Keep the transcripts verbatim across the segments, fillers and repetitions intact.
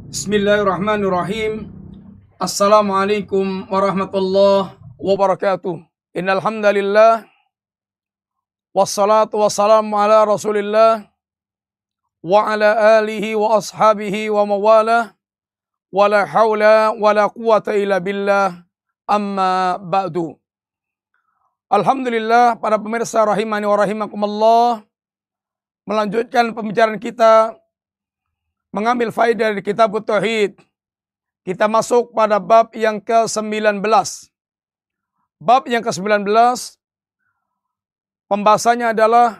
Bismillahirrahmanirrahim. Assalamualaikum warahmatullahi wabarakatuh. Innal hamdalillah wassalatu wassalamu ala Rasulillah wa ala alihi wa ashabihi wa mawalah wala haula wala quwata illa billah amma ba'du. Alhamdulillah, para pemirsa rahimani wa rahimakumullah, melanjutkan pembicaraan kita mengambil faedah dari kitab Tauhid. Kita masuk pada bab yang ke sembilan belas. Bab yang ke sembilan belas pembahasannya adalah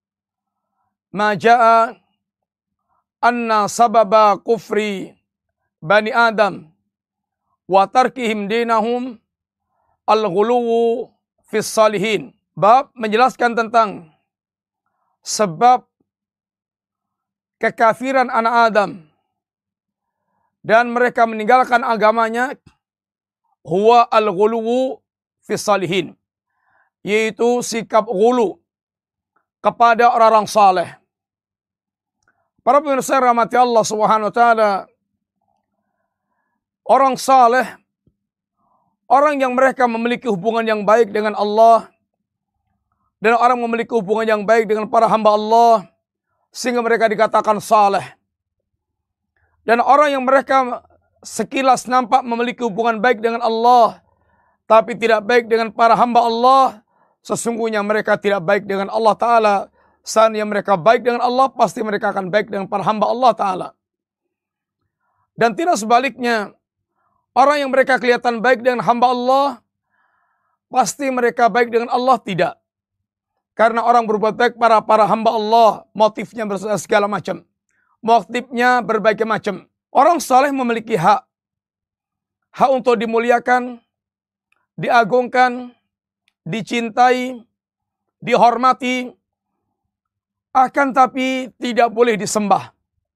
maja'a anna sababa kufri bani Adam wa tarkihim dinahum al-ghuluwu fis salihin. Bab menjelaskan tentang sebab kekafiran anak Adam dan mereka meninggalkan agamanya, huwa al-ghuluwu fis salihin, yaitu sikap ghulu kepada orang-orang saleh. Para pemirsa rahmati Allah Subhanahu wa taala, orang saleh, orang yang mereka memiliki hubungan yang baik dengan Allah dan orang memiliki hubungan yang baik dengan para hamba Allah, sehingga mereka dikatakan saleh. Dan orang yang mereka sekilas nampak memiliki hubungan baik dengan Allah, tapi tidak baik dengan para hamba Allah, sesungguhnya mereka tidak baik dengan Allah Ta'ala. Seandainya mereka baik dengan Allah, pasti mereka akan baik dengan para hamba Allah Ta'ala. Dan tidak sebaliknya, orang yang mereka kelihatan baik dengan hamba Allah, pasti mereka baik dengan Allah tidak. Karena orang berbuat baik para para hamba Allah, motifnya segala macam. Motifnya berbagai macam. Orang saleh memiliki hak. Hak untuk dimuliakan, diagungkan, dicintai, dihormati, akan tapi tidak boleh disembah.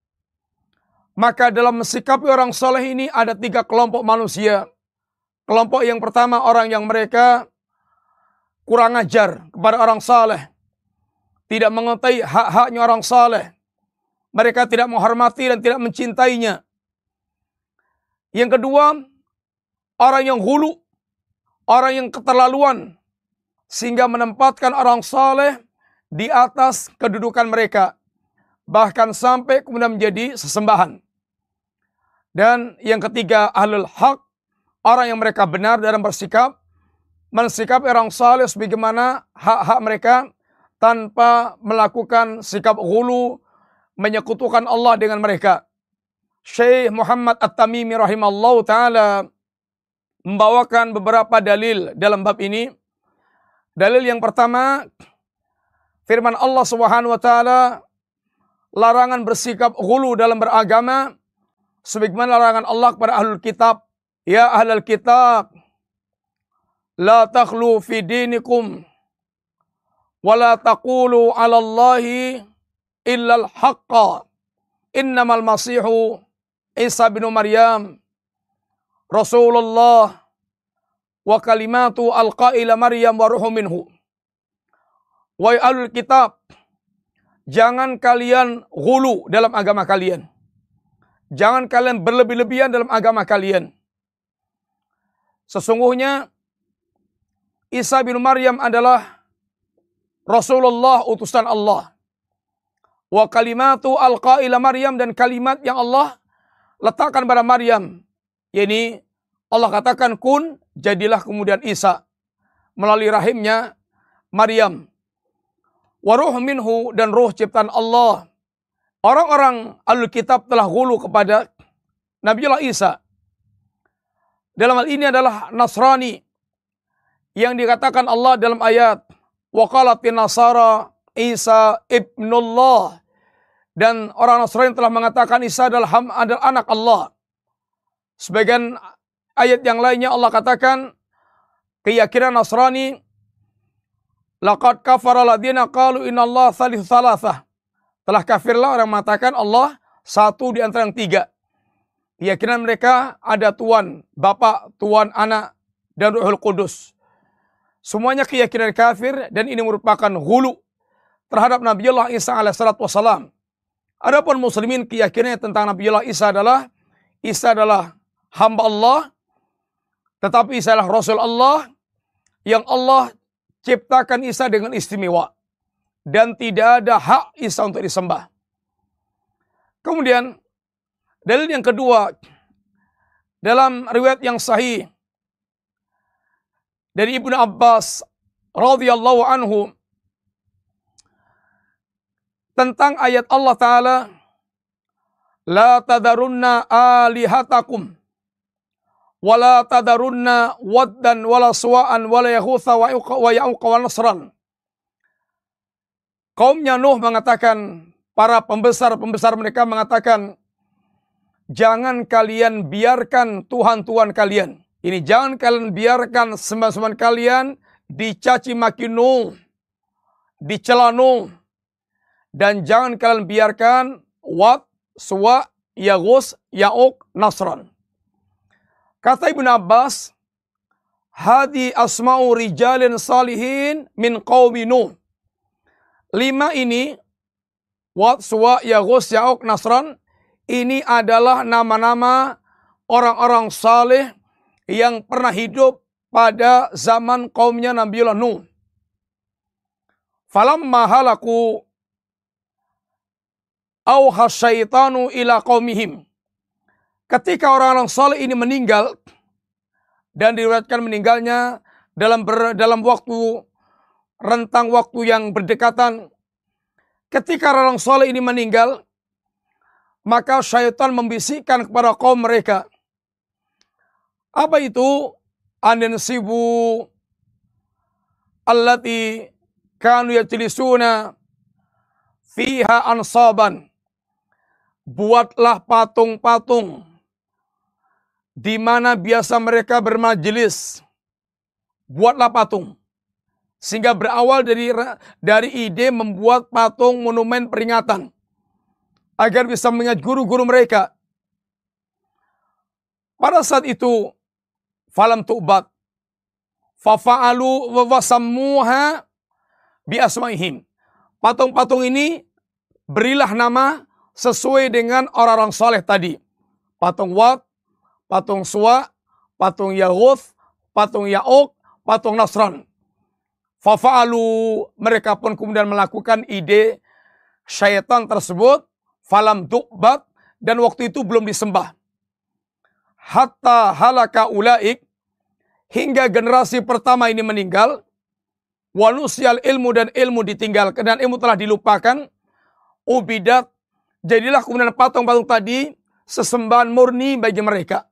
Maka dalam mensikapi orang saleh ini ada tiga kelompok manusia. Kelompok yang pertama, orang yang mereka kurang ajar kepada orang saleh, tidak mengetahui hak-haknya orang saleh. Mereka tidak menghormati dan tidak mencintainya. Yang kedua, orang yang hulu, orang yang keterlaluan, sehingga menempatkan orang saleh di atas kedudukan mereka, bahkan sampai kemudian menjadi sesembahan. Dan yang ketiga, ahlul haq, orang yang mereka benar dalam bersikap, mensikapi orang saleh sebagaimana hak-hak mereka tanpa melakukan sikap ghulu, menyekutukan Allah dengan mereka. Syekh Muhammad At-Tamimi rahimallahu ta'ala membawakan beberapa dalil dalam bab ini. Dalil yang pertama, firman Allah Subhanahu wa taala, larangan bersikap ghulu dalam beragama sebagaimana larangan Allah kepada ahlul kitab. Ya ahlul kitab, la takhlu fi dinikum wa la taqulu 'ala Allahi illa al-haqqa. Innamal masihu Isa bin Maryam Rasulullah wa kalimatu alqaila Maryam wa ruhum minhu. Wahai ahlul kitab, jangan kalian ghulu dalam agama kalian. Jangan kalian berlebih-lebihan dalam agama kalian. Sesungguhnya Isa bin Maryam adalah Rasulullah, utusan Allah. Wa kalimatu alqaila Maryam, dan kalimat yang Allah letakkan pada Maryam. Yakni Allah katakan kun, jadilah kemudian Isa melalui rahimnya Maryam. Wa ruh minhu, dan ruh ciptaan Allah. Orang-orang ahlul kitab telah ghulu kepada Nabiullah Isa. Dalam hal ini adalah Nasrani, yang dikatakan Allah dalam ayat wa qalatin nasara Isa ibnullah, dan orang Nasrani telah mengatakan Isa adalah, adalah anak Allah. Sebagian ayat yang lainnya Allah katakan keyakinan Nasrani, laqad kafara alladziina qalu innallaha tsalitsu tsalatsah, telah kafirlah orang mengatakan Allah satu di antara yang tiga. Keyakinan mereka ada Tuhan Bapa, Tuhan Anak, dan Ruhul Kudus. Semuanya keyakinan kafir, dan ini merupakan ghulu terhadap Nabiullah Isa alaihissalatu wassalam. Adapun muslimin keyakinannya tentang Nabiullah Isa adalah Isa adalah hamba Allah, tetapi Isa adalah Rasul Allah yang Allah ciptakan Isa dengan istimewa. Dan tidak ada hak Isa untuk disembah. Kemudian, dalil yang kedua, dalam riwayat yang sahih dari Ibnu Abbas radhiyallahu anhu tentang ayat Allah Ta'ala, la tadarunna alihatakum wa la tadarunna waddan wa la suwa'an wa la yaghutha wa ya'uqa wa nasran. Kaumnya Nuh mengatakan, para pembesar-pembesar mereka mengatakan, jangan kalian biarkan Tuhan-Tuhan kalian. Ini jangan kalian biarkan sembah-sembahan kalian dicaci maki Nuh, dicela Nuh. Dan jangan kalian biarkan Wad, Suwa, Yaghus, Ya'uq, Nasran. Kata Ibnu Abbas, hadi asma'u rijalin salihin min qaumi Nuh. Lima ini, Wad, Suwa, Yaghus, Ya'uq, Nasran, ini adalah nama-nama orang-orang saleh yang pernah hidup pada zaman kaumnya Nabiullah Nuh. Falamma halaku auha syaitanu ila qaumihim. Ketika orang-orang saleh ini meninggal, dan diriwayatkan meninggalnya dalam ber, dalam waktu rentang waktu yang berdekatan. Ketika orang saleh ini meninggal, maka syaitan membisikkan kepada kaum mereka. Apa itu? Anansibu allati kanu yajlisuna fiha ansaban. Buatlah patung-patung di mana biasa mereka bermajelis. Buatlah patung. Sehingga berawal dari dari ide membuat patung monumen peringatan agar bisa mengingat guru-guru mereka. Pada saat itu falam tu'bad fafa'alu wa wasammuha bi asma'ihim. Patung-patung ini berilah nama sesuai dengan orang-orang saleh tadi. Patung Wad, patung Suwa, patung Yaghus, patung Ya'uq, patung Nasran. Fafa'alu, mereka pun kemudian melakukan ide syaitan tersebut. Falam tu'bad, dan waktu itu belum disembah. Hatta halaka ulaik, hingga generasi pertama ini meninggal. Wanusial ilmu, dan ilmu ditinggalkan, dan ilmu telah dilupakan. Ubidat, jadilah kemudian patung-patung tadi sesembahan murni bagi mereka.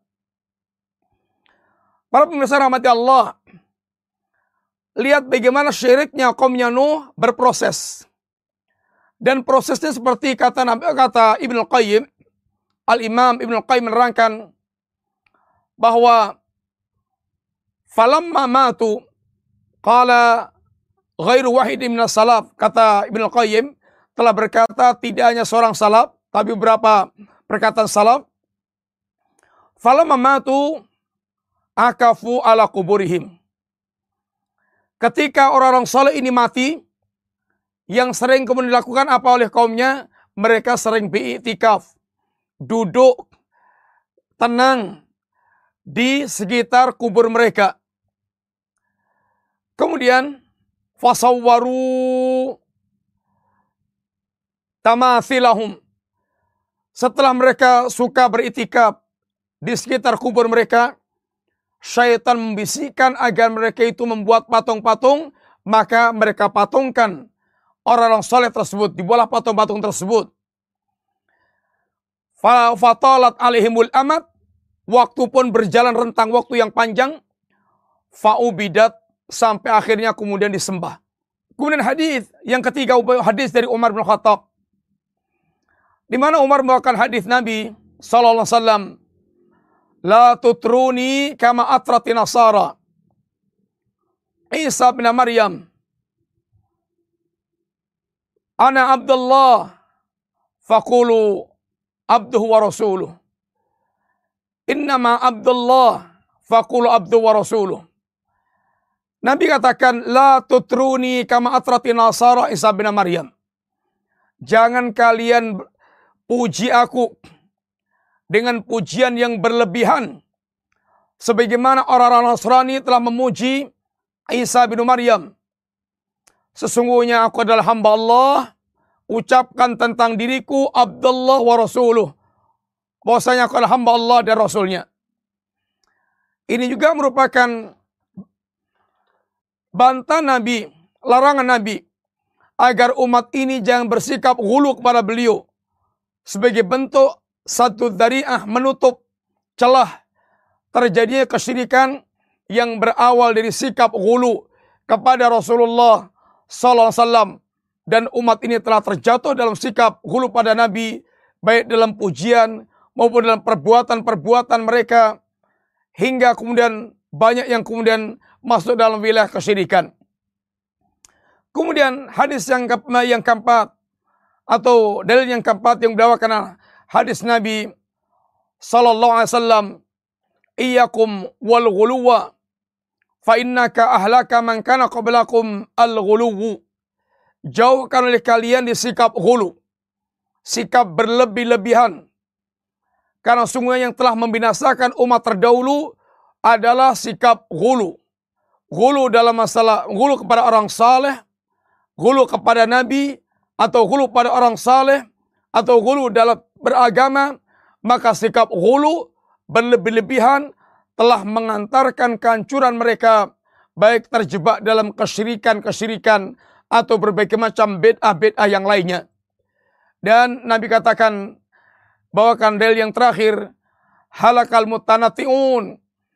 Para pemirsa rahmati Allah, lihat bagaimana syiriknya kaumnya Nuh berproses. Dan prosesnya seperti kata Nabi, kata Ibnu Qayyim, Al-Imam Ibnu Qayyim menerangkan bahwa falamma matu qala ghairu wahidin minas salaf. Kata Ibnu Qayyim telah berkata, tidak hanya seorang salaf, tapi beberapa perkataan salaf. Falamma matu akafu ala kuburihim. Ketika orang-orang saleh ini mati, yang sering kemudian dilakukan apa oleh kaumnya? Mereka sering bi'iktikaf, duduk tenang di sekitar kubur mereka. Kemudian fasawwaru tamathilahum. Setelah mereka suka beriktikaf di sekitar kubur mereka, syaitan membisikkan agar mereka itu membuat patung-patung, maka mereka patungkan orang-orang soleh tersebut, dibuatlah patung-patung tersebut. Fatalat alaihimul amad, waktu pun berjalan rentang waktu yang panjang. Faubidat, sampai akhirnya kemudian disembah. Kemudian hadis yang ketiga, hadis dari Umar bin Khattab, di mana Umar membawakan hadis Nabi sallallahu alaihi wasallam, la tutruni kama atrati nasara Isa bin Maryam. Ana Abdullah faqulu abduhu wa rasuluh. Innama Abdullah faqulu abduhu wa rasuluh. Nabi katakan, la tutruni kama atrati nasara Isa bin Maryam. Jangan kalian puji aku dengan pujian yang berlebihan. Sebagaimana orang-orang Nasrani telah memuji Isa bin Maryam. Sesungguhnya aku adalah hamba Allah, ucapkan tentang diriku Abdullah wa Rasuluh. Bahwasanya aku adalah hamba Allah dan Rasulnya. Ini juga merupakan bantah Nabi, larangan Nabi, agar umat ini jangan bersikap ghulu kepada beliau. Sebagai bentuk satu dzari'ah menutup celah terjadinya kesyirikan yang berawal dari sikap ghulu kepada Rasulullah sallallahu alaihi wasallam. Dan umat ini telah terjatuh dalam sikap ghulu pada Nabi, baik dalam pujian maupun dalam perbuatan-perbuatan mereka, hingga kemudian banyak yang kemudian masuk dalam wilayah kesyirikan. Kemudian hadis yang, ke yang keempat, atau dalil yang keempat yang dibawakan hadis Nabi sallallahu alaihi wasallam, iyyakum wal ghuluwa fa innaka ahlaka man kana qablakum al ghuluwu. Jauhkan oleh kalian di sikap ghulu, sikap berlebih-lebihan, karena sungguhnya yang telah membinasakan umat terdahulu adalah sikap ghulu. Ghulu dalam masalah ghulu kepada orang saleh, ghulu kepada Nabi, atau ghulu pada orang saleh, atau ghulu dalam beragama. Maka sikap ghulu berlebih-lebihan telah mengantarkan kehancuran mereka, baik terjebak dalam kesyirikan-kesyirikan atau berbagai macam bid'ah-bid'ah yang lainnya. Dan Nabi katakan, bawakan dalil yang terakhir, halakal mutanati'un.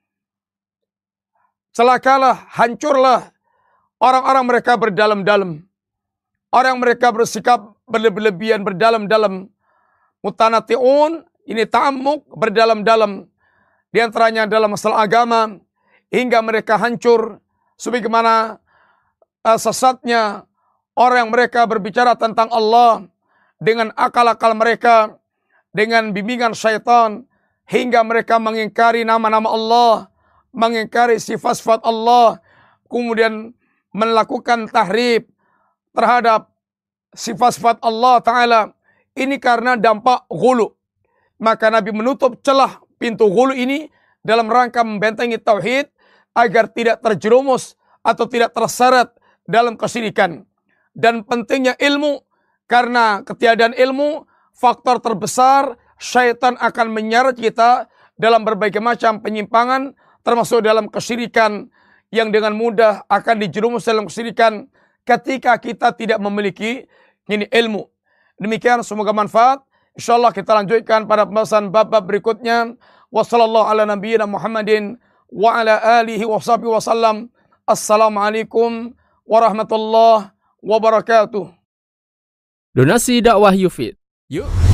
Celakalah, hancurlah orang-orang mereka berdalam-dalam. Orang mereka bersikap berlebih-lebihan, berdalam-dalam. Mutanati'un, ini ta'ammuk, berdalam-dalam. Di antaranya dalam masalah agama, hingga mereka hancur. Sebagaimana uh, sesatnya orang yang mereka berbicara tentang Allah dengan akal-akal mereka, dengan bimbingan syaitan, hingga mereka mengingkari nama-nama Allah, mengingkari sifat-sifat Allah, kemudian melakukan tahrif terhadap sifat-sifat Allah Ta'ala. Ini karena dampak ghulu. Maka Nabi menutup celah pintu ghulu ini dalam rangka membentengi tauhid agar tidak terjerumus atau tidak terseret dalam kesyirikan. Dan pentingnya ilmu, karena ketiadaan ilmu, faktor terbesar syaitan akan menyeret kita dalam berbagai macam penyimpangan, termasuk dalam kesyirikan yang dengan mudah akan dijerumus dalam kesyirikan ketika kita tidak memiliki ini ilmu. Demikian, semoga manfaat. Insyaallah kita lanjutkan pada pembahasan bab-bab berikutnya. Wassallallahu ala nabiyyina Muhammadin wa ala alihi wa sahbihi wasallam. Assalamualaikum warahmatullahi wabarakatuh. Donasi dakwah Yufid. Yuk